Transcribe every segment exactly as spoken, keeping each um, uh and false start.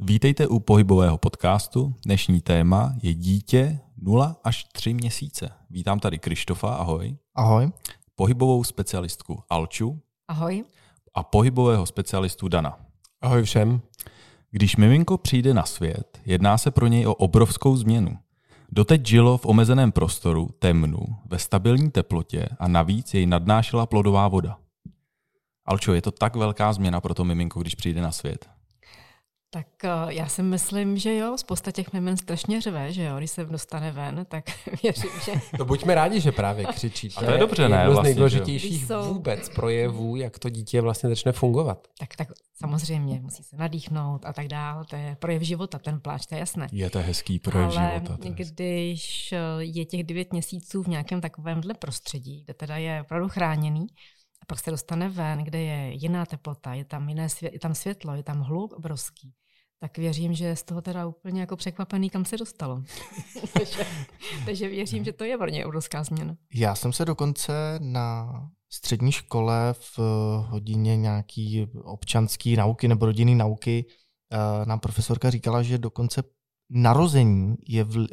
Vítejte u pohybového podcastu. Dnešní téma je dítě nula až tři měsíce. Vítám tady Krištofa, ahoj. Ahoj. Pohybovou specialistku Alču. Ahoj. A pohybového specialistu Dana. Ahoj všem. Když miminko přijde na svět, jedná se pro něj o obrovskou změnu. Doteď žilo v omezeném prostoru, temnu, ve stabilní teplotě a navíc jej nadnášela plodová voda. Alčo, je to tak velká změna pro to miminko, když přijde na svět? Tak já si myslím, že jo, spousta těch mimin strašně řve, že jo, když se dostane ven, tak věřím, že... To buďme rádi, že právě křičíte. A to je dobře, ne? Jedno z Vlastně, nejdůležitějších jsou... vůbec projevů, jak to dítě vlastně začne fungovat. Tak, tak samozřejmě, musí se nadýchnout a tak dále, to je projev života, ten pláč, to je jasné. Je to hezký projev Ale života. Ale když je těch devět měsíců v nějakém takovémhle prostředí, kde teda je opravdu chráněný, a pak se dostane ven, kde je jiná teplota, je tam, jiné svě- je tam světlo, je tam hluk obrovský, tak věřím, že je z toho teda úplně jako překvapený, kam se dostalo. takže, takže věřím, že to je pro ně obrovská změna. Já jsem se dokonce na střední škole v hodině nějaký občanský nauky nebo rodinný nauky nám profesorka říkala, že dokonce narození je v,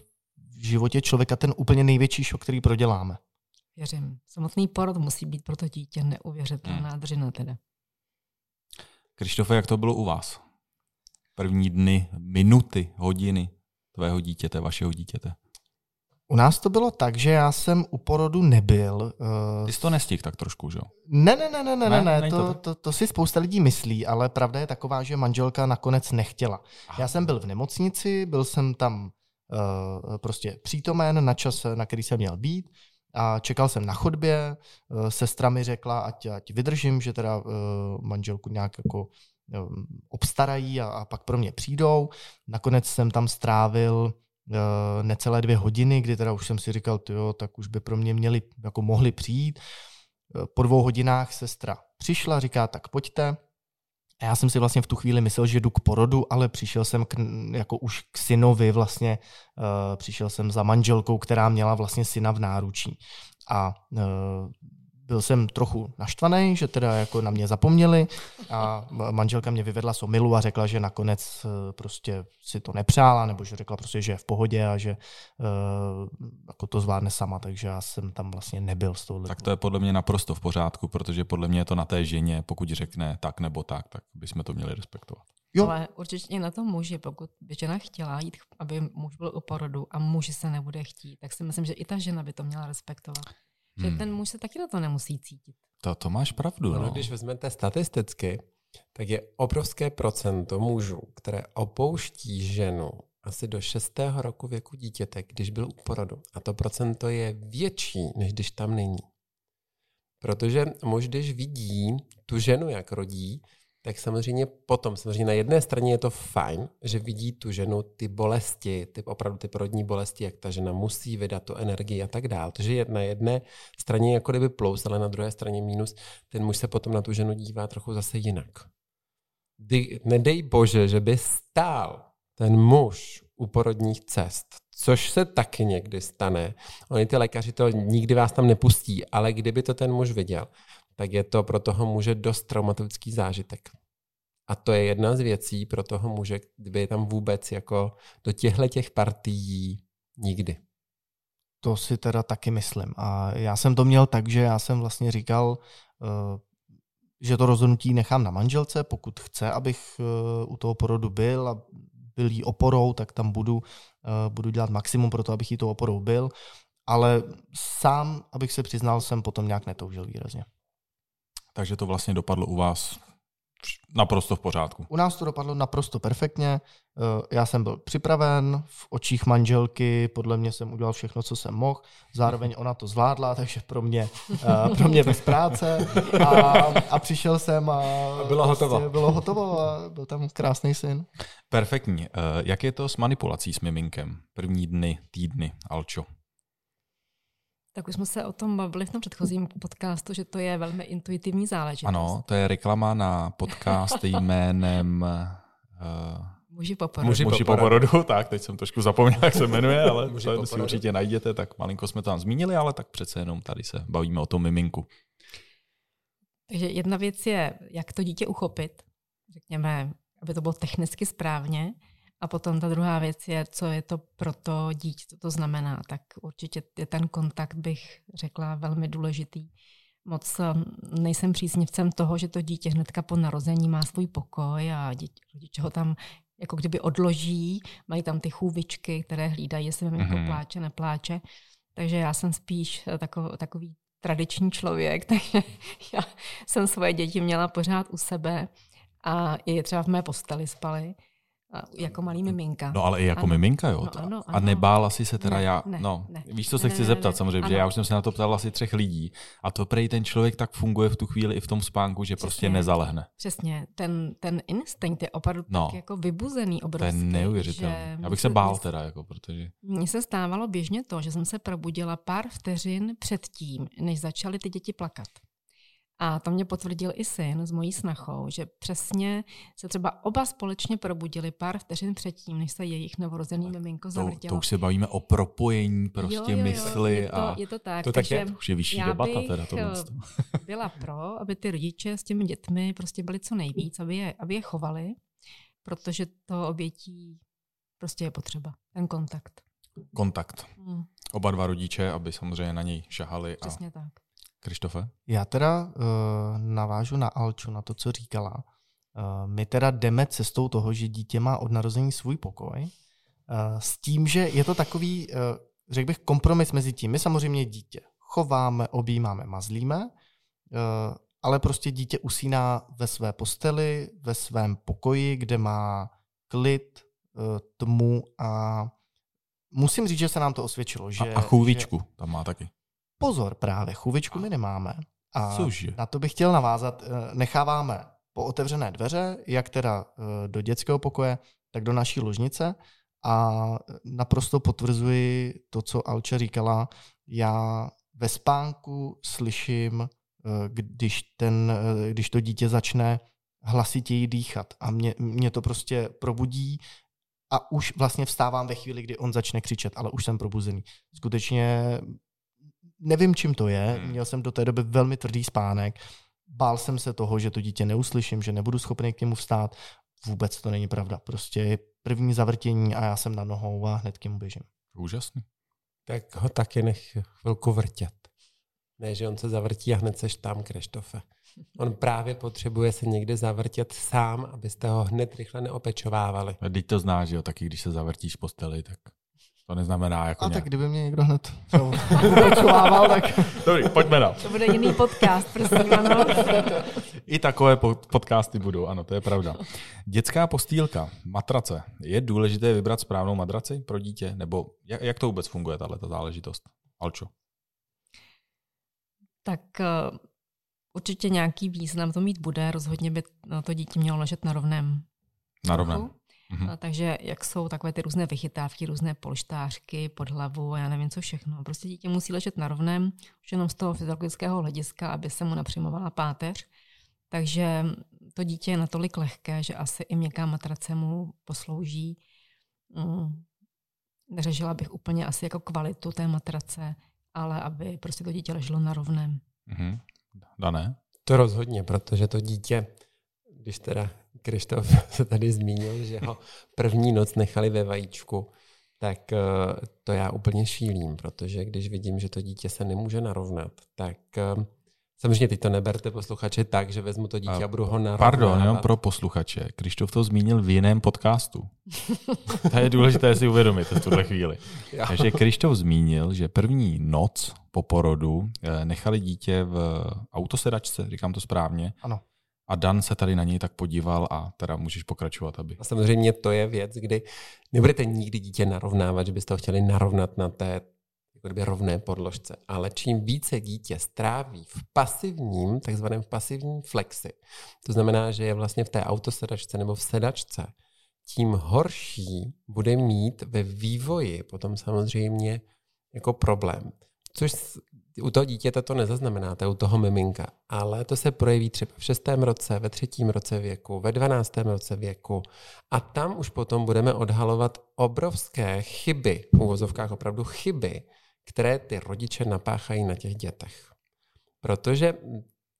v životě člověka ten úplně největší šok, který proděláme. Věřím. Samotný porod musí být pro to dítě neuvěřitelná dřina teda. Krištofe, jak to bylo u vás? První dny, minuty, hodiny tvého dítěte, vašeho dítěte? U nás to bylo tak, že já jsem u porodu nebyl. Ty jsi to nestihl tak trošku, že jo? Ne, ne, ne, ne, ne, ne, ne. ne To, to, to, to si spousta lidí myslí, ale pravda je taková, že manželka nakonec nechtěla. Aha. Já jsem byl v nemocnici, byl jsem tam uh, prostě přítomen na čas, na který jsem měl být a čekal jsem na chodbě. Uh, sestra mi řekla, ať, ať vydržím, že teda uh, manželku nějak jako obstarají a, a pak pro mě přijdou. Nakonec jsem tam strávil uh, necelé dvě hodiny, kdy teda už jsem si říkal, tyjo, tak už by pro mě měli, jako mohli přijít. Po dvou hodinách sestra přišla, říká, tak pojďte. A já jsem si vlastně v tu chvíli myslel, že jdu k porodu, ale přišel jsem k, jako už k synovi vlastně, uh, přišel jsem za manželkou, která měla vlastně syna v náručí. A uh, byl jsem trochu naštvaný, že teda jako na mě zapomněli a manželka mě vyvedla z omylu a řekla, že nakonec prostě si to nepřála, nebo že řekla prostě, že je v pohodě a že uh, jako to zvládne sama, takže já jsem tam vlastně nebyl z toho. Tak to je podle mě naprosto v pořádku, protože podle mě je to na té ženě, pokud řekne tak nebo tak, tak bychom to měli respektovat. Jo. Ale určitě i na tom muži, pokud by žena chtěla jít, aby muž byl u porodu a muži se nebude chtít, tak si myslím, že i ta žena by to měla respektovat. Že hmm. ten muž se taky na to nemusí cítit. To, to máš pravdu. No, no. Když vezmete statisticky, tak je obrovské procento mužů, které opouští ženu asi do šestého roku věku dítěte, když byl u porodu. A to procento je větší, než když tam není. Protože muž, když vidí tu ženu, jak rodí, tak samozřejmě potom, samozřejmě na jedné straně je to fajn, že vidí tu ženu ty bolesti, ty opravdu ty porodní bolesti, jak ta žena musí vydat tu energii a tak dál. Takže je na jedné straně jako kdyby plus, ale na druhé straně minus, ten muž se potom na tu ženu dívá trochu zase jinak. Nedej bože, že by stál ten muž u porodních cest, což se taky někdy stane. Oni ty lékaři to nikdy vás tam nepustí, ale kdyby to ten muž viděl, tak je to pro toho muže dost traumatický zážitek. A to je jedna z věcí pro toho muže, kdyby je tam vůbec jako do těchto těch partií nikdy. To si teda taky myslím. A já jsem to měl tak, že já jsem vlastně říkal, že to rozhodnutí nechám na manželce, pokud chce, abych u toho porodu byl a byl jí oporou, tak tam budu, budu dělat maximum pro to, abych jí tou oporou byl. Ale sám, abych se přiznal, jsem potom nějak netoužil výrazně. Takže to vlastně dopadlo u vás naprosto v pořádku. U nás to dopadlo naprosto perfektně. Já jsem byl připraven, v očích manželky, podle mě jsem udělal všechno, co jsem mohl. Zároveň ona to zvládla, takže pro mě, pro mě bez práce. A, a přišel jsem a, a bylo prostě hotovo. Bylo hotovo a byl tam krásný syn. Perfektní. Jak je to s manipulací s miminkem? První dny, týdny, Alčo? Tak už jsme se o tom bavili v tom předchozím podcastu, že to je velmi intuitivní záležitost. Ano, to je reklama na podcast jménem uh, Muži po porodu. Muži, Muži po porodu. po porodu, tak teď jsem trošku zapomněl, jak se jmenuje, ale to si určitě najdete, tak malinko jsme to tam zmínili, ale tak přece jenom tady se bavíme o tom miminku. Takže jedna věc je, jak to dítě uchopit, řekněme, aby to bylo technicky správně. A potom ta druhá věc je, co je to pro to dítě, co to znamená. Tak určitě je ten kontakt, bych řekla, velmi důležitý. Moc nejsem příznivcem toho, že to dítě hnedka po narození má svůj pokoj a rodiče ho tam jako kdyby odloží, mají tam ty chůvičky, které hlídají, jestli miminko mm-hmm. pláče, nepláče. Takže já jsem spíš takový, takový tradiční člověk, takže já jsem svoje děti měla pořád u sebe a i třeba v mé posteli spaly. Jako malý miminka. No ale i jako ano. miminka, jo. No, ano, ano. A nebála si se teda ne, já, ne, no, ne, víš, co se ne, chci ne, zeptat ne, samozřejmě, ano. že já už jsem se na to ptal asi třech lidí a to prej ten člověk tak funguje v tu chvíli i v tom spánku, že Přesně, prostě nezalehne. Přesně, ten, ten instinkt je opravdu no, tak jako vybuzený obrovský. To je neuvěřitelné. Já bych se bál teda, jako, protože... Mně se stávalo běžně to, že jsem se probudila pár vteřin před tím, než začaly ty děti plakat. A to mě potvrdil i syn s mojí snachou, že přesně se třeba oba společně probudili pár vteřin předtím, než se jejich novorozený miminko zavrtělo. To, to už se bavíme o propojení prostě jo, jo, jo, mysli. Je to, a je to tak. To takže tak je. Už je vyšší já debata bych teda tohle. byla pro, aby ty rodiče s těmi dětmi prostě byli co nejvíc, aby je, aby je chovali, protože to obětí prostě je potřeba, ten kontakt. Kontakt. Hmm. Oba dva rodiče, aby samozřejmě na něj šahali. Přesně a... tak. Krištofe? Já teda uh, navážu na Alču, na to, co říkala. Uh, my teda jdeme cestou toho, že dítě má od narození svůj pokoj, uh, s tím, že je to takový, uh, řekl bych, kompromis mezi tím. My samozřejmě dítě chováme, objímáme, mazlíme, uh, ale prostě dítě usíná ve své posteli, ve svém pokoji, kde má klid, uh, tmu a musím říct, že se nám to osvědčilo. Že, a, a chůvičku že... tam má taky. Pozor, právě chůvičku my nemáme. A Cože? na to bych chtěl navázat. Necháváme po otevřené dveře, jak teda do dětského pokoje, tak do naší ložnice a naprosto potvrzuji to, co Alča říkala. Já ve spánku slyším, když, ten, když to dítě začne hlasitěji dýchat a mě, mě to prostě probudí a už vlastně vstávám ve chvíli, kdy on začne křičet, ale už jsem probuzený. Skutečně nevím, čím to je. Měl jsem do té doby velmi tvrdý spánek. Bál jsem se toho, že to dítě neuslyším, že nebudu schopný k němu vstát. Vůbec to není pravda. Prostě je první zavrtění a já jsem na nohou a hned k němu běžím. Úžasný. Tak ho taky nech chvilku vrtět. Ne, že on se zavrtí a hned seš tam, Krištofe. On právě potřebuje se někde zavrtět sám, abyste ho hned rychle neopečovávali. A teď to znáš, že jo, taky když se zavrtíš v posteli, tak to neznamená jako A nějak... tak kdyby mě někdo hned opečovával, tak... Dobrý, pojďme dál. To bude jiný podcast, prosím, ano. I takové podcasty budou, ano, to je pravda. Dětská postýlka, matrace. Je důležité vybrat správnou matraci pro dítě? Nebo jak, jak to vůbec funguje, tato záležitost? Alčo? Tak uh, určitě nějaký význam to mít bude. Rozhodně by na to dítě mělo ležet na rovném. Na rovném. Mhm. Uh, takže jak jsou takové ty různé vychytávky, různé polštářky pod hlavu, já nevím co všechno. Prostě dítě musí ležet na rovném, už jenom z toho fyziologického hlediska, aby se mu napřimovala páteř. Takže to dítě je natolik lehké, že asi i měkká matrace mu poslouží. Mm, neřešila bych úplně asi jako kvalitu té matrace, ale aby prostě to dítě leželo na rovném. Mhm. Dané? To rozhodně, protože to dítě, když teda Krištof se tady zmínil, že ho první noc nechali ve vajíčku, tak to já úplně šílím, protože když vidím, že to dítě se nemůže narovnat, tak samozřejmě teď to neberte posluchače tak, že vezmu to dítě a, a budu ho narovnávat. Pardon, jenom pro posluchače. Krištof to zmínil v jiném podcastu. To je důležité si uvědomit v tuhle chvíli. Jo. Takže Krištof zmínil, že první noc po porodu nechali dítě v autosedačce, říkám to správně. Ano. A Dan se tady na něj tak podíval a teda můžeš pokračovat, aby... A samozřejmě to je věc, kdy nebudete nikdy dítě narovnávat, že byste ho chtěli narovnat na té jako kdyby rovné podložce. Ale čím více dítě stráví v pasivním, takzvaném pasivním flexi, to znamená, že je vlastně v té autosedačce nebo v sedačce, tím horší bude mít ve vývoji potom samozřejmě jako problém. Což u toho dítěte to nezaznamenáte, u toho miminka, ale to se projeví třeba v šestém roce, ve třetím roce věku, ve dvanáctém roce věku a tam už potom budeme odhalovat obrovské chyby, v uvozovkách opravdu chyby, které ty rodiče napáchají na těch dětech. Protože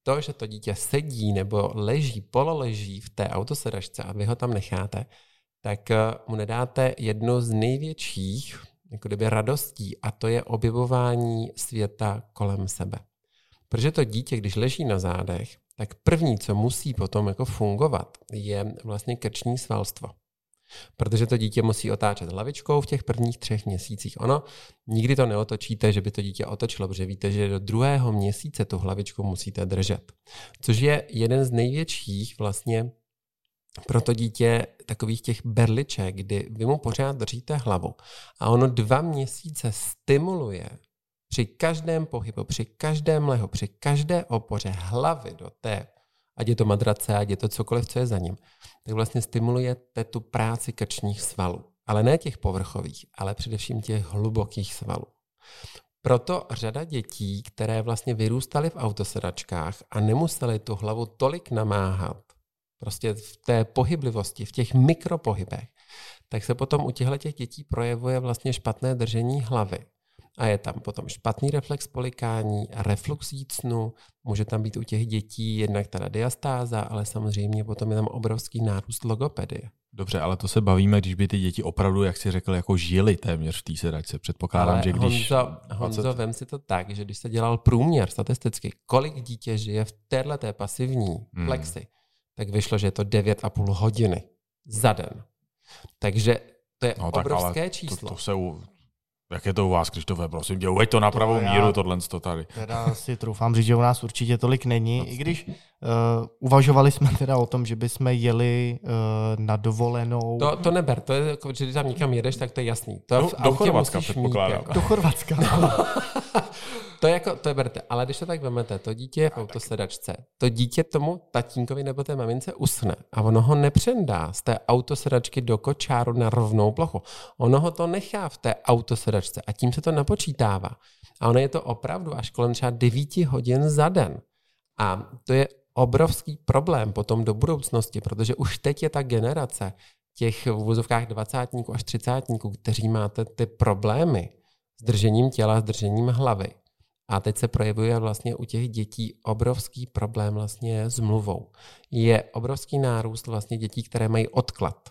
to, že to dítě sedí nebo leží, pololeží v té autosedačce a vy ho tam necháte, tak mu nedáte jednu z největších jako kdyby radostí a to je objevování světa kolem sebe. Protože to dítě, když leží na zádech, tak první, co musí potom jako fungovat, je vlastně krční svalstvo. Protože to dítě musí otáčet hlavičkou v těch prvních třech měsících. Ono nikdy to neotočíte, že by to dítě otočilo, protože víte, že do druhého měsíce tu hlavičku musíte držet. Což je jeden z největších vlastně pro to dítě takových těch berliček, kdy vy mu pořád držíte hlavu a ono dva měsíce stimuluje při každém pohybu, při každém lehu, při každé opoře hlavy do té, ať je to madrace, ať je to cokoliv, co je za ním, tak vlastně stimulujete tu práci krčních svalů. Ale ne těch povrchových, ale především těch hlubokých svalů. Proto řada dětí, které vlastně vyrůstaly v autosedačkách a nemuseli tu hlavu tolik namáhat, prostě v té pohyblivosti, v těch mikropohybech, tak se potom u těchto těch dětí projevuje vlastně špatné držení hlavy. A je tam potom špatný reflex polikání, reflux jícnu, může tam být u těch dětí jednak teda diastáza, ale samozřejmě potom je tam obrovský nárůst logopedie. Dobře, ale to se bavíme, když by ty děti opravdu, jak jsi řekl, jako žili téměř v té sedačce. Předpokládám, ale že když... Honzo, Honzo, vem si to tak, že když se dělal průměr statisticky, kolik dítě žije v téhleté pasivní hmm. flexi, tak vyšlo, že je to devět a půl hodiny za den. Takže to je no, obrovské tak, číslo. To, to se u... Jak je to u vás, Krištofe, prosím tě, uveď to na pravou to míru, tohle to tady. Teda si troufám říct, že u nás určitě tolik není, i když uh, uvažovali jsme teda o tom, že bychom jeli uh, na dovolenou. To, to neber, to je, jako, že když tam někam jedeš, tak to je jasný. To do, do Chorvatska předpokládám. Jako. Do Chorvatska. To je jako, to je berte, ale když to tak vemete, to dítě je v autosedačce, to dítě tomu tatínkovi nebo té mamince usne a ono ho nepřendá z té autosedačky do kočáru na rovnou plochu. Ono ho to nechá v té autosedačce a tím se to napočítává. A ono je to opravdu až kolem třeba devíti hodin za den. A to je obrovský problém potom do budoucnosti, protože už teď je ta generace těch v uvozovkách dvacátníků až třicátníků, kteří máte ty problémy s držením těla, s držením hlavy. A teď se projevuje vlastně u těch dětí obrovský problém vlastně s mluvou. Je obrovský nárůst vlastně dětí, které mají odklad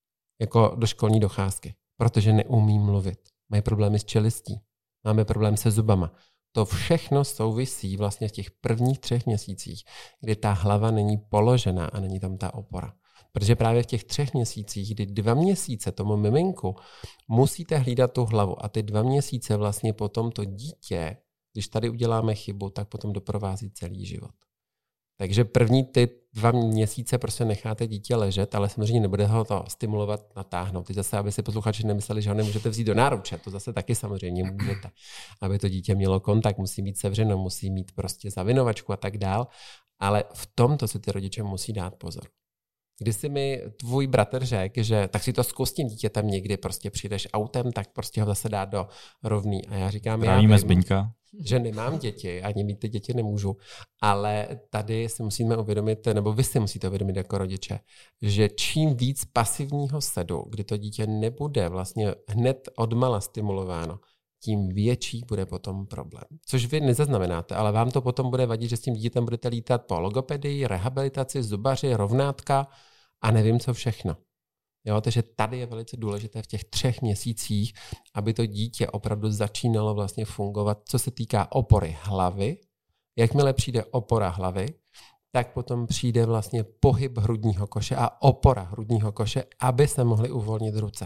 jako do školní docházky, protože neumí mluvit. Mají problémy s čelistí, máme problém se zubama. To všechno souvisí vlastně v těch prvních třech měsících, kdy ta hlava není položená a není tam ta opora. Protože právě v těch třech měsících, kdy dva měsíce tomu miminku musíte hlídat tu hlavu a ty dva měsíce vlastně potom to dítě, když tady uděláme chybu, tak potom doprovází celý život. Takže první ty dva měsíce prostě necháte dítě ležet, ale samozřejmě nebude ho to stimulovat, natáhnout. Teď zase, aby si posluchači nemysleli, že ho nemůžete vzít do náruče, to zase taky samozřejmě můžete. Aby to dítě mělo kontakt, musí mít sevřeno, musí mít prostě zavinovačku a tak dál, ale v tomto si ty rodiče musí dát pozor. Když si mi tvůj bratr řekl, že tak si to zkus tím dítětem někdy, prostě přijdeš autem, tak prostě ho zase dát do rovný. A já říkám, Právíme já vím, Zbyňka. že nemám děti, ani mít ty děti nemůžu, ale tady si musíme uvědomit, nebo vy si musíte uvědomit jako rodiče, že čím víc pasivního sedu, kdy to dítě nebude vlastně hned odmala stimulováno, tím větší bude potom problém. Což vy nezaznamenáte, ale vám to potom bude vadit, že s tím dítětem budete lítat po logopedii, rehabilitaci, zubaři, rovnátka a nevím co všechno. Jo, takže tady je velice důležité v těch třech měsících, aby to dítě opravdu začínalo vlastně fungovat, co se týká opory hlavy. Jakmile přijde opora hlavy, tak potom přijde vlastně pohyb hrudního koše a opora hrudního koše, aby se mohly uvolnit ruce.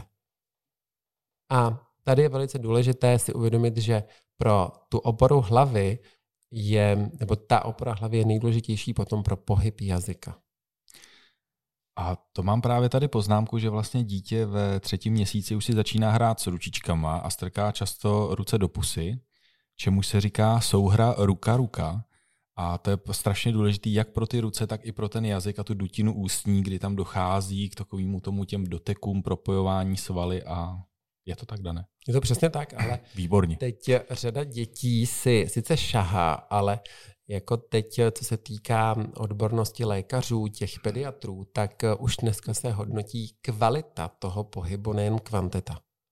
A tady je velice důležité si uvědomit, že pro tu oporu hlavy je, nebo ta opora hlavy je nejdůležitější potom pro pohyb jazyka. A to mám právě tady poznámku, že vlastně dítě ve třetím měsíci už si začíná hrát s ručičkama a strká často ruce do pusy, čemu se říká souhra ruka-ruka. A to je strašně důležitý jak pro ty ruce, tak i pro ten jazyk a tu dutinu ústní, kdy tam dochází k takovému tomu těm dotekům, propojování svaly a je to tak dané. Je to přesně tak, ale výborně. Teď řada dětí si sice šahá, ale jako teď, co se týká odbornosti lékařů, těch pediatrů, tak už dneska se hodnotí kvalita toho pohybu, nejen kvantita.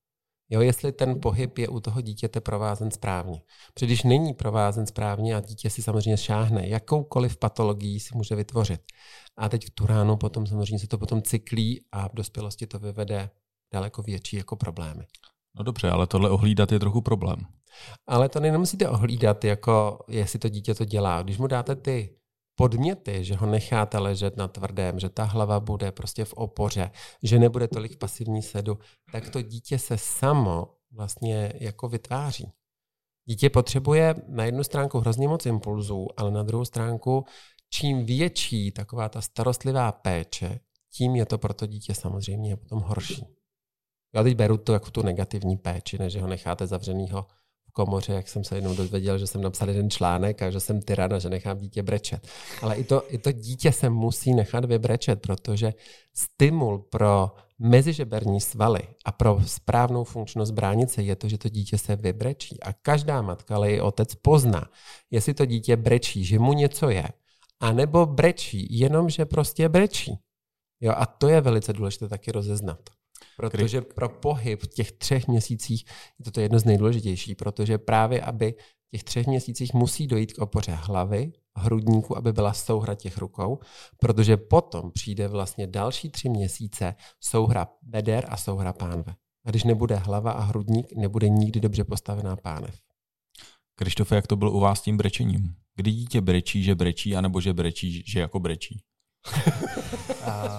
Jo, jestli ten pohyb je u toho dítěte provázen správně. Protože když není provázen správně a dítě si samozřejmě šáhne, jakoukoliv patologii si může vytvořit. A teď v tu ránu potom samozřejmě se to potom cyklí a v dospělosti to vyvede daleko větší jako problémy. No dobře, ale tohle ohlídat je trochu problém. Ale to nemusíte ohlídat, jako jestli to dítě to dělá. Když mu dáte ty podměty, že ho necháte ležet na tvrdém, že ta hlava bude prostě v opoře, že nebude tolik v pasivní sedu, tak to dítě se samo vlastně jako vytváří. Dítě potřebuje na jednu stránku hrozně moc impulzů, ale na druhou stránku čím větší taková ta starostlivá péče, tím je to pro to dítě samozřejmě potom horší. Já teď beru to jako tu negativní péči, než ho necháte zavřenýho v komoře, jak jsem se jednou dozvěděl, že jsem napsal jeden článek a že jsem tyran a že nechám dítě brečet. Ale i to, i to dítě se musí nechat vybrečet, protože stimul pro mezižeberní svaly a pro správnou funkčnost bránice je to, že to dítě se vybrečí. A každá matka, ale i otec pozná, jestli to dítě brečí, že mu něco je, anebo brečí, jenom že prostě brečí. Jo, a to je velice důležité taky rozeznat. Protože pro pohyb v těch třech měsících je to jedno z nejdůležitějších, protože právě aby v těch třech měsících musí dojít k opoře hlavy, hrudníku, aby byla souhra těch rukou, protože potom přijde vlastně další tři měsíce souhra beder a souhra pánve. A když nebude hlava a hrudník, nebude nikdy dobře postavená pánev. Krištofe, jak to bylo u vás s tím brečením? Kdy dítě brečí, že brečí, anebo že brečí, že jako brečí? A...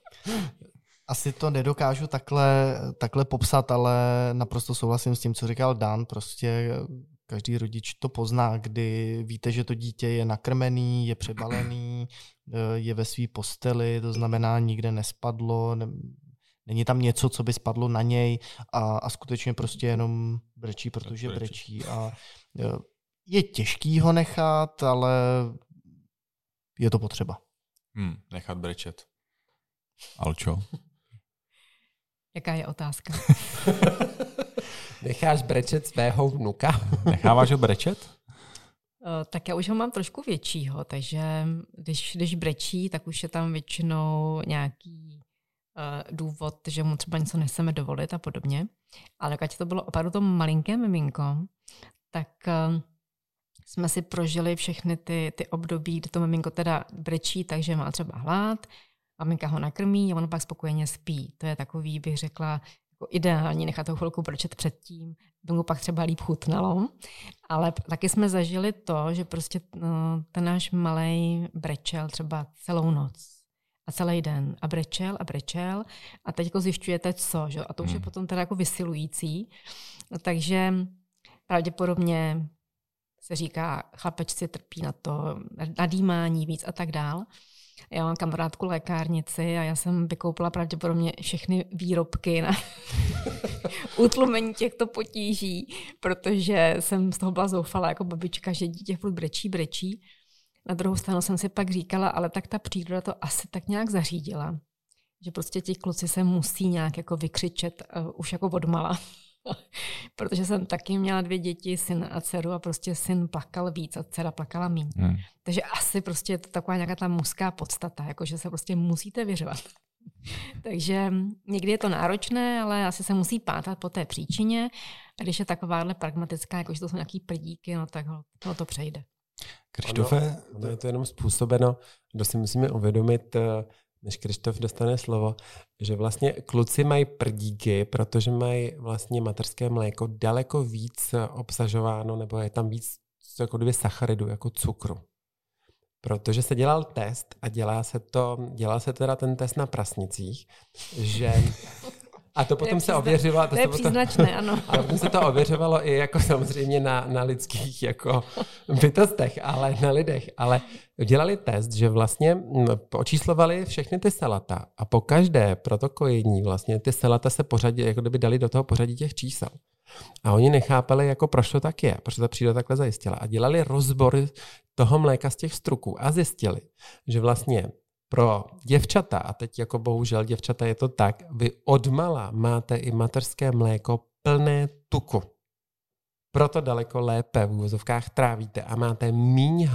Asi to nedokážu takhle, takhle popsat, ale naprosto souhlasím s tím, co říkal Dan. Prostě každý rodič to pozná, kdy víte, že to dítě je nakrmený, je přebalený, je ve své posteli, to znamená nikde nespadlo, ne, není tam něco, co by spadlo na něj a, a skutečně prostě jenom brečí, protože brečí. A je těžký ho nechat, ale je to potřeba. Hmm, nechat brečet. Alčo? Jaká je otázka? Necháš brečet svého vnuka? Necháváš ho brečet? Tak já už ho mám trošku většího, takže když, když brečí, tak už je tam většinou nějaký uh, důvod, že mu třeba něco nechceme dovolit a podobně. Ale když to bylo opravdu to malinké miminko, tak uh, jsme si prožili všechny ty, ty období, kdy to miminko teda brečí, takže má třeba hlad, maminka ho nakrmí a on pak spokojeně spí. To je takový, bych řekla, jako ideální nechat ho chvilku brečet předtím, by mu pak třeba líp chutnalo. Ale taky jsme zažili to, že prostě no, ten náš malej brečel třeba celou noc a celý den a brečel a brečel a teď jako zjišťujete co, že? A to už je potom teda jako vysilující. Takže pravděpodobně se říká, chlapečci trpí na to nadýmání víc a tak dál. Já mám kamarádku lékárnici a já jsem vykoupila pravděpodobně všechny výrobky na utlumení těchto potíží, protože jsem z toho byla zoufalá jako babička, že dítě furt brečí, brečí. Na druhou stranu jsem si pak říkala, ale tak ta příroda to asi tak nějak zařídila, že prostě ti kluci se musí nějak jako vykřičet uh, už jako odmala. Protože jsem taky měla dvě děti, syn a dceru a prostě syn plakal víc a dcera plakala míň. Hmm. Takže asi prostě je to taková nějaká ta mužská podstata, jakože se prostě musíte vyřvat. Takže někdy je to náročné, ale asi se musí pátat po té příčině a když je takováhle pragmatická, jakože to jsou nějaký prdíky, no tak ho, no to přejde. Krištofe? Ono, ono je to jenom způsobeno, kdo si musíme uvědomit, než Krištof dostane slovo, že vlastně kluci mají prdíky, protože mají vlastně mateřské mléko daleko víc obsažováno, nebo je tam víc jako dvě sacharidů, jako cukru. Protože se dělal test a dělá se to, dělá se teda ten test na prasnicích, že a to potom to se přizna, ověřilo. To, to je příznačné, ano. A potom se to ověřovalo i jako samozřejmě na, na lidských jako bytostech, ale na lidech. Ale dělali test, že vlastně očíslovali všechny ty salata a po každé protokojení vlastně ty salata se pořadí, jako kdyby dali do toho pořadí těch čísel. A oni nechápali, jako proč to tak je, proč ta příroda takhle zajistila. A dělali rozbory toho mléka z těch struků a zjistili, že vlastně pro děvčata, a teď jako bohužel děvčata je to tak, vy odmala máte i mateřské mléko plné tuku. Proto daleko lépe v úvozovkách trávíte a máte míň hlad,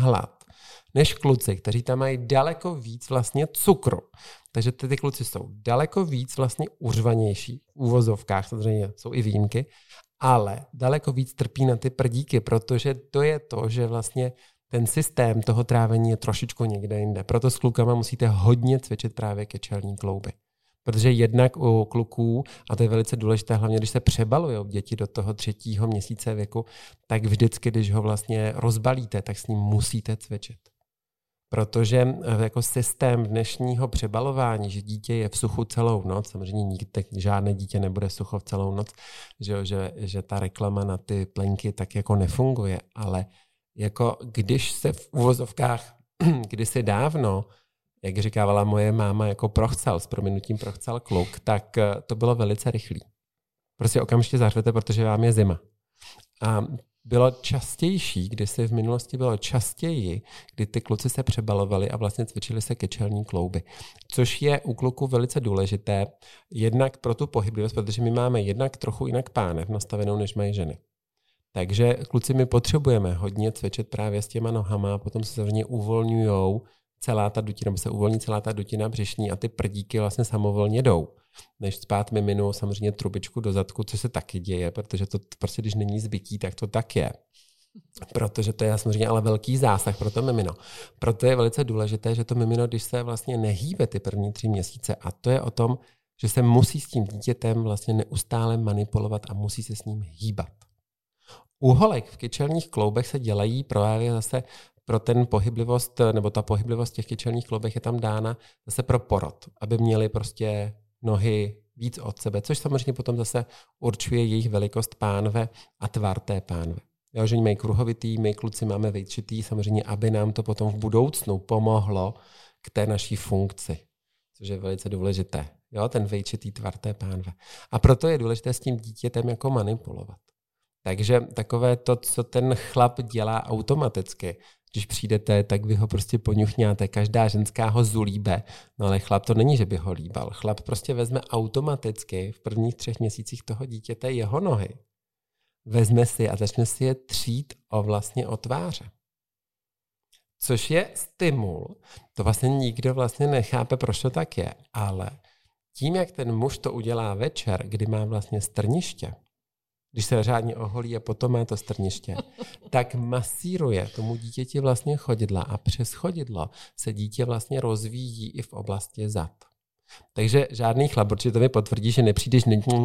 než kluci, kteří tam mají daleko víc vlastně cukru. Takže ty, ty kluci jsou daleko víc vlastně uřvanější, v úvozovkách samozřejmě jsou i výjimky, ale daleko víc trpí na ty prdíky, protože to je to, že vlastně ten systém toho trávení je trošičku někde jinde. Proto s klukama musíte hodně cvičit právě kyčelní klouby. Protože jednak u kluků, a to je velice důležité, hlavně když se přebalujou děti do toho třetího měsíce věku, tak vždycky, když ho vlastně rozbalíte, tak s ním musíte cvičit. Protože jako systém dnešního přebalování, že dítě je v suchu celou noc, samozřejmě nikdy, žádné dítě nebude sucho v celou noc, že, že, že ta reklama na ty plenky tak jako nefunguje, ale jako když se v uvozovkách kdysi dávno, jak říkávala moje máma, jako prochcal, s prominutím prochcal kluk, tak to bylo velice rychlý. Prostě okamžitě zařvete, protože vám je zima. A bylo častější, kdysi v minulosti bylo častěji, kdy ty kluci se přebalovali a vlastně cvičili se kyčelní klouby. Což je u kluků velice důležité, jednak pro tu pohyblivost, protože my máme jednak trochu jinak pánev nastavenou, než mají ženy. Takže kluci my potřebujeme hodně cvičit právě s těma nohama, potom se samozřejmě uvolňujou celá ta dutina, nebo se uvolní celá ta dutina břišní a ty prdíky vlastně samovolně jdou. Než spát miminu samozřejmě trubičku do zadku, což se taky děje, protože to prostě, když není zbytí, tak to tak je. Protože to je samozřejmě ale velký zásah pro to mimino. Proto je velice důležité, že to mimino, když se vlastně nehýbe ty první tři měsíce, a to je o tom, že se musí s tím dítětem vlastně neustále manipulovat a musí se s ním hýbat. U holek v kyčelních kloubech se dělají právě zase pro ten pohyblivost, nebo ta pohyblivost těch kyčelních kloubech je tam dána zase pro porod, aby měly prostě nohy víc od sebe, což samozřejmě potom zase určuje jejich velikost pánve a tvar té pánve. Jo, že oni mají kruhovitý, my kluci máme vejčitý, samozřejmě, aby nám to potom v budoucnu pomohlo k té naší funkci, což je velice důležité. Jo, ten vejčitý tvar té pánve. A proto je důležité s tím dítětem jako manipulovat. Takže takové to, co ten chlap dělá automaticky, když přijdete, tak vy ho prostě poňuchňáte, každá ženská ho zulíbe, no ale chlap to není, že by ho líbal. Chlap prostě vezme automaticky v prvních třech měsících toho dítěte jeho nohy, vezme si a začne si je třít o vlastně o tváře. Což je stimul. To vlastně nikdo vlastně nechápe, proč to tak je, ale tím, jak ten muž to udělá večer, kdy má vlastně strniště, když se řádně oholí a potom má to strniště, tak masíruje tomu dítěti vlastně chodidla a přes chodidlo se dítě vlastně rozvíjí i v oblasti zad. Takže žádný chlap, protože to mi potvrdí, že nepřijdeš,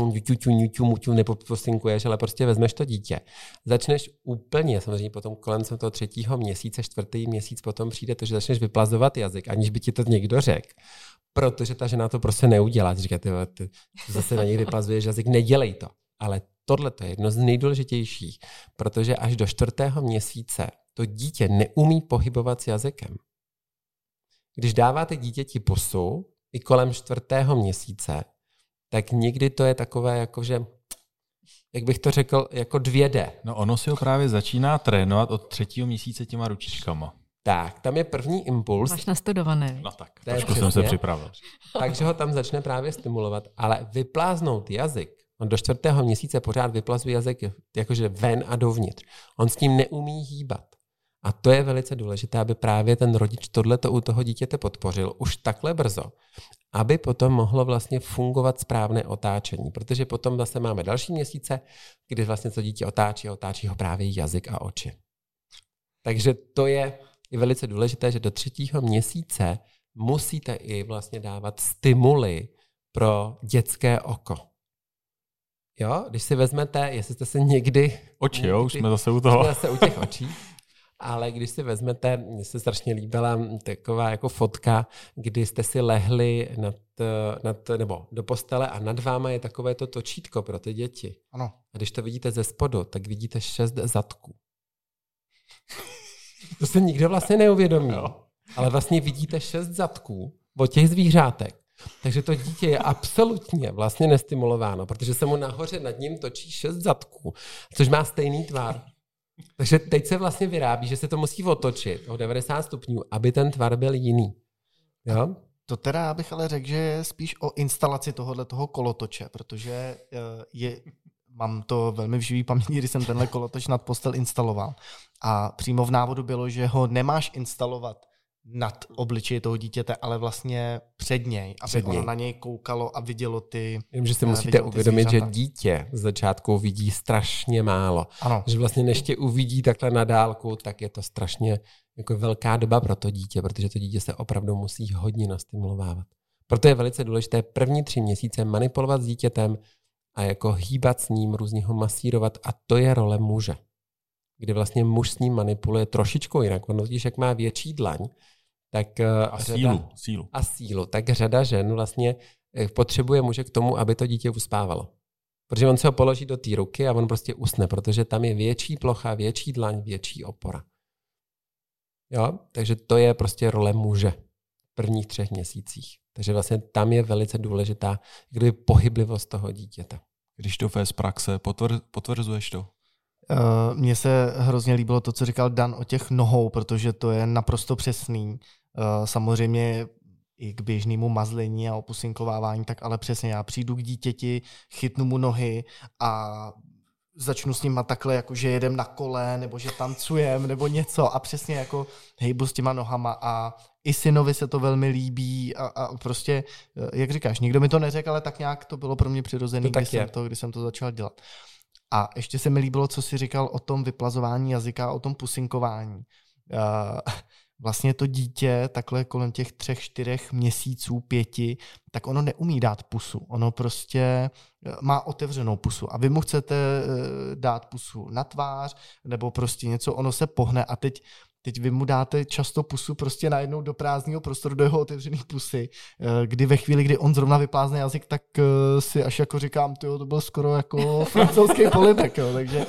nepoposinkuješ, ale prostě vezmeš to dítě. Začneš úplně, samozřejmě potom kolem toho třetího měsíce, čtvrtý měsíc potom přijde to, že začneš vyplazovat jazyk, aniž by ti to někdo řekl. Protože ta žena to prostě neudělá. Říká, ty, ty zase na něj vyplazuješ jazyk, nedělej to. Ale tohle je jedno z nejdůležitějších, protože až do čtvrtého měsíce to dítě neumí pohybovat s jazykem. Když dáváte dítěti pusu i kolem čtvrtého měsíce, tak někdy to je takové, jakože, jak bych to řekl, jako dvě dé. No ono si ho právě začíná trénovat od třetího měsíce těma ručičkama. Tak, tam je první impuls. Máš nastudované. No tak, trošku jsem se připravil. Takže ho tam začne právě stimulovat, ale vypláznout jazyk, on do čtvrtého měsíce pořád vyplazuje jazyk jakože ven a dovnitř. On s tím neumí hýbat. A to je velice důležité, aby právě ten rodič tohleto u toho dítěte podpořil už takhle brzo, aby potom mohlo vlastně fungovat správné otáčení. Protože potom zase máme další měsíce, kdy vlastně to dítě otáčí a otáčí ho právě jazyk a oči. Takže to je, je velice důležité, že do třetího měsíce musíte i vlastně dávat stimuly pro dětské oko. Jo, když si vezmete, jestli jste se někdy... Oči, někdy, jo, už jsme zase u toho. Jsme zase u těch očí. Ale když si vezmete, mně se strašně líbila taková jako fotka, kdy jste si lehli nad, nad, nebo do postele a nad váma je takové to točítko pro ty děti. Ano. A když to vidíte ze spodu, tak vidíte šest zadků. To se nikdo vlastně neuvědomí. Jo. Ale vlastně vidíte šest zadků od těch zvířátek. Takže to dítě je absolutně vlastně nestimulováno, protože se mu nahoře nad ním točí šest zadků, což má stejný tvar. Takže teď se vlastně vyrábí, že se to musí otočit o devadesát stupňů, aby ten tvar byl jiný. Jo? To teda bych ale řekl, že je spíš o instalaci tohohle toho kolotoče, protože je mám to velmi v živý paměti, když jsem tenhle kolotoč nad postel instaloval. A přímo v návodu bylo, že ho nemáš instalovat nad obličeje toho dítěte, ale vlastně před něj, aby před ono něj. na něj koukalo a vidělo ty Vím, že si musíte uvědomit, že dítě z začátku vidí strašně málo. Ano. Že vlastně než tě uvidí takhle na dálku, tak je to strašně jako velká doba pro to dítě, protože to dítě se opravdu musí hodně nastimulovávat. Proto je velice důležité první tři měsíce manipulovat s dítětem a jako hýbat s ním, různě ho masírovat, a to je role muže. Kdy vlastně muž s ním manipuluje trošičku jinak. On totiž, jak má větší dlaň, tak a řada, sílu, sílu. A sílu, tak řada žen vlastně potřebuje muže k tomu, aby to dítě uspávalo. Protože on se ho položí do té ruky a on prostě usne, protože tam je větší plocha, větší dlaň, větší opora. Jo? Takže to je prostě role muže v prvních třech měsících. Takže vlastně tam je velice důležitá kdyby pohyblivost toho dítěte. Když to z praxe, potvrz, potvrzuješ to? Uh, mně se hrozně líbilo to, co říkal Dan o těch nohou, protože to je naprosto přesný. Uh, samozřejmě i k běžnému mazlení a opusinkovávání, tak ale přesně já přijdu k dítěti, chytnu mu nohy a začnu s nima takhle, jako že jedem na kole, nebo že tancujem, nebo něco a přesně jako hejbu s těma nohama a i synovi se to velmi líbí a, a prostě, jak říkáš, nikdo mi to neřekl, ale tak nějak to bylo pro mě přirozené, když, jsem to, když jsem to začal dělat. A ještě se mi líbilo, co jsi říkal o tom vyplazování jazyka, o tom pusinkování. Uh, vlastně to dítě takhle kolem těch třech, čtyřech měsíců, pěti, tak ono neumí dát pusu. Ono prostě má otevřenou pusu a vy mu chcete dát pusu na tvář nebo prostě něco, ono se pohne a teď Teď vy mu dáte často pusu prostě najednou do prázdného prostoru, do jeho otevřený pusy, kdy ve chvíli, kdy on zrovna vyplázne jazyk, tak si až jako říkám, tyjo, to byl skoro jako francouzský polibek, jo, takže...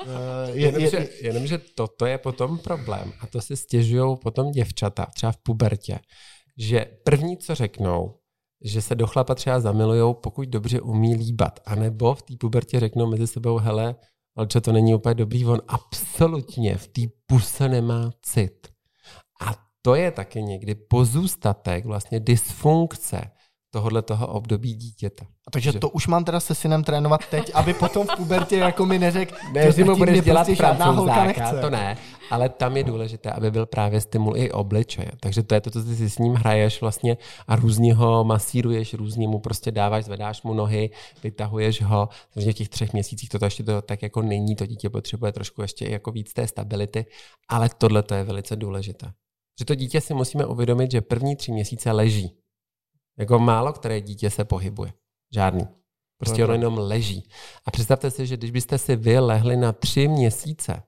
Je, jenomže, je, jenomže toto je potom problém a to si stěžujou potom děvčata, třeba v pubertě, že první, co řeknou, že se do chlapa třeba zamilujou, pokud dobře umí líbat, anebo v té pubertě řeknou mezi sebou, hele, ale čo to není úplně dobrý, on absolutně v té puse nemá cit. A to je taky někdy pozůstatek vlastně dysfunkce tohohle toho období dítěte. A takže že... to už mám teda se synem trénovat teď, aby potom v pubertě jako mi neřekl, ne, že mu budeš dělat prostě francouzáka, to ne, ale tam je důležité, aby byl právě stimul i obličeje. Takže to je to, co ty si s ním hraješ vlastně a různě ho masíruješ, různě mu prostě dáváš, zvedáš mu nohy, vytahuješ ho. Takže v těch třech měsících to ještě to tak jako není, to dítě potřebuje trošku ještě jako víc té stability, ale tohle to je velice důležité. Že to dítě si musíme uvědomit, že první tři měsíce leží. Jako málo které dítě se pohybuje. Žádný. Prostě ono jenom leží. A představte si, že když byste si vy lehli na tři měsíce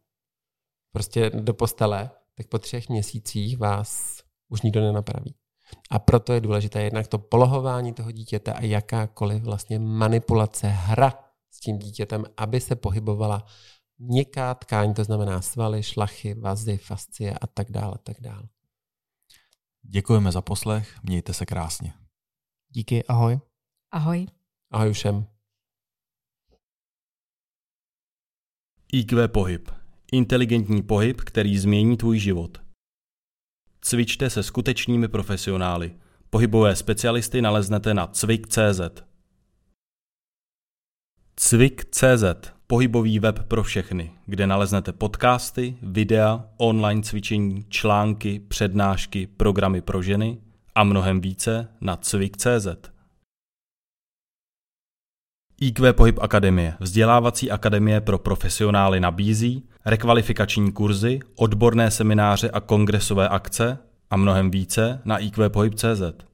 prostě do postele, tak po třech měsících vás už nikdo nenapraví. A proto je důležité jednak to polohování toho dítěte a jakákoliv vlastně manipulace, hra s tím dítětem, aby se pohybovala měkká tkáň, to znamená svaly, šlachy, vazy, fascie a tak dále, tak dále. Děkujeme za poslech, mějte se krásně. Díky, ahoj. Ahoj. Ahoj všem. í kvé Pohyb. Inteligentní pohyb, který změní tvůj život. Cvičte se skutečnými profesionály. Pohybové specialisty naleznete na cvik tečka cé zet. cvik tečka cé zet. Pohybový web pro všechny, kde naleznete podcasty, videa, online cvičení, články, přednášky, programy pro ženy a mnohem více na cvik tečka cé zet. í kvé Pohyb Akademie, vzdělávací akademie pro profesionály, nabízí rekvalifikační kurzy, odborné semináře a kongresové akce a mnohem více na í kvé pohyb tečka cé zet.